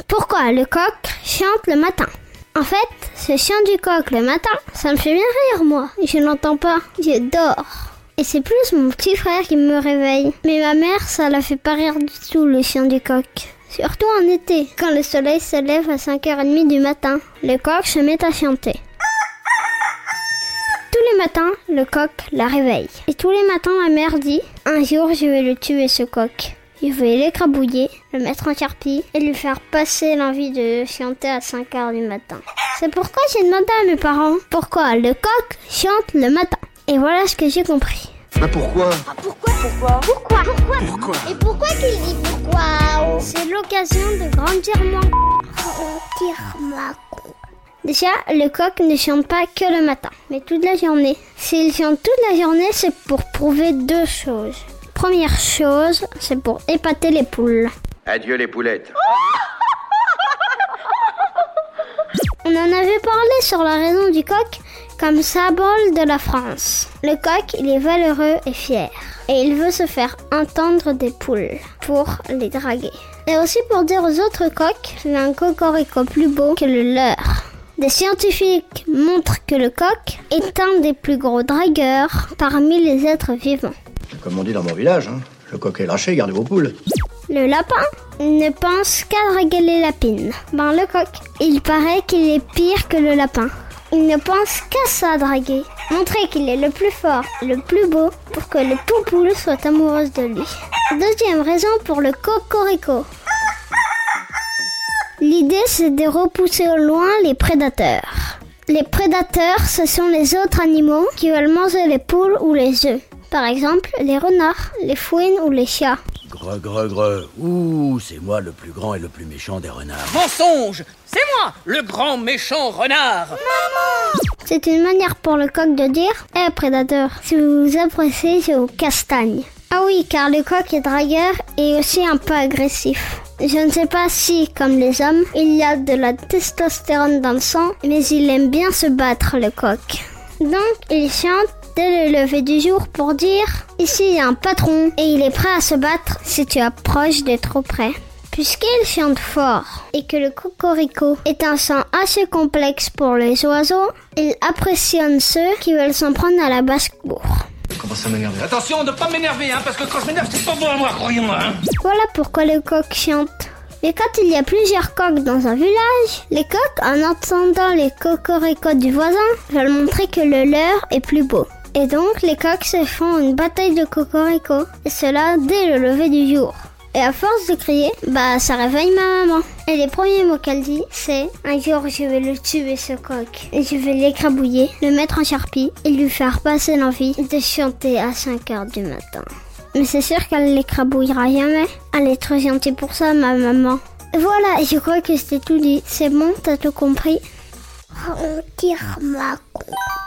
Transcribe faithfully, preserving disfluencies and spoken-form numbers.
Pourquoi le coq chante le matin? En fait, ce chant du coq le matin, ça me fait bien rire moi. Je n'entends pas, je dors. Et c'est plus mon petit frère qui me réveille. Mais ma mère, ça la fait pas rire du tout le chant du coq. Surtout en été, quand le soleil se lève à cinq heures trente du matin, le coq se met à chanter. Tous les matins, le coq la réveille. Et tous les matins, ma mère dit « Un jour, je vais le tuer ce coq. Je vais l'écrabouiller, le mettre en charpie et lui faire passer l'envie de chanter à cinq heures du matin. » C'est pourquoi j'ai demandé à mes parents pourquoi le coq chante le matin. Et voilà ce que j'ai compris. Bah pourquoi ah, Pourquoi Pourquoi Pourquoi Pourquoi Pourquoi Et pourquoi qu'il dit pourquoi? C'est l'occasion de grandir moi. Grandir moi. Déjà, le coq ne chante pas que le matin, mais toute la journée. S'il chante toute la journée, c'est pour prouver deux choses. Première chose, c'est pour épater les poules. Adieu les poulettes. On en avait parlé sur la raison du coq comme symbole de la France. Le coq, il est valeureux et fier. Et il veut se faire entendre des poules pour les draguer. Et aussi pour dire aux autres coqs qu'il a un cocorico plus beau que le leur. Des scientifiques montrent que le coq est un des plus gros dragueurs parmi les êtres vivants. Comme on dit dans mon village, hein, le coq est lâché, gardez vos poules. Le lapin ne pense qu'à draguer les lapines. Ben le coq, il paraît qu'il est pire que le lapin. Il ne pense qu'à ça draguer. Montrer qu'il est le plus fort, le plus beau, pour que les poupoules soient amoureuses de lui. Deuxième raison pour le cocorico. L'idée, c'est de repousser au loin les prédateurs. Les prédateurs, ce sont les autres animaux qui veulent manger les poules ou les œufs. Par exemple, les renards, les fouines ou les chats. Gre, gre, gre. Ouh, c'est moi le plus grand et le plus méchant des renards. Mensonge! C'est moi, le grand méchant renard! Maman! C'est une manière pour le coq de dire « Eh, prédateur, si vous vous approchez, je vous castagne. » Ah oui, car le coq est dragueur et aussi un peu agressif. Je ne sais pas si, comme les hommes, il y a de la testostérone dans le sang, mais il aime bien se battre, le coq. Donc, il chante dès le lever du jour pour dire « Ici, il y a un patron et il est prêt à se battre si tu approches de trop près. » Puisqu'il chante fort et que le cocorico est un son assez complexe pour les oiseaux, il apprécie ceux qui veulent s'en prendre à la basse-cour. Commence à m'énerver. Attention de pas m'énerver, hein, parce que quand je m'énerve, c'est pas bon à moi, croyez-moi, hein. Voilà pourquoi le coq chante. Mais quand il y a plusieurs coqs dans un village, les coqs, en entendant les cocoricos du voisin, veulent montrer que le leur est plus beau. Et donc, les coqs se font une bataille de cocorico, et cela dès le lever du jour. Et à force de crier, bah ça réveille ma maman. Et les premiers mots qu'elle dit, c'est « Un jour, je vais le tuer ce coq. Et je vais l'écrabouiller, le mettre en charpie et lui faire passer l'envie de chanter à cinq heures du matin. » Mais c'est sûr qu'elle l'écrabouillera jamais. Elle est trop gentille pour ça, ma maman. Voilà, je crois que c'était tout dit. C'est bon, t'as tout compris? On tire ma coupe.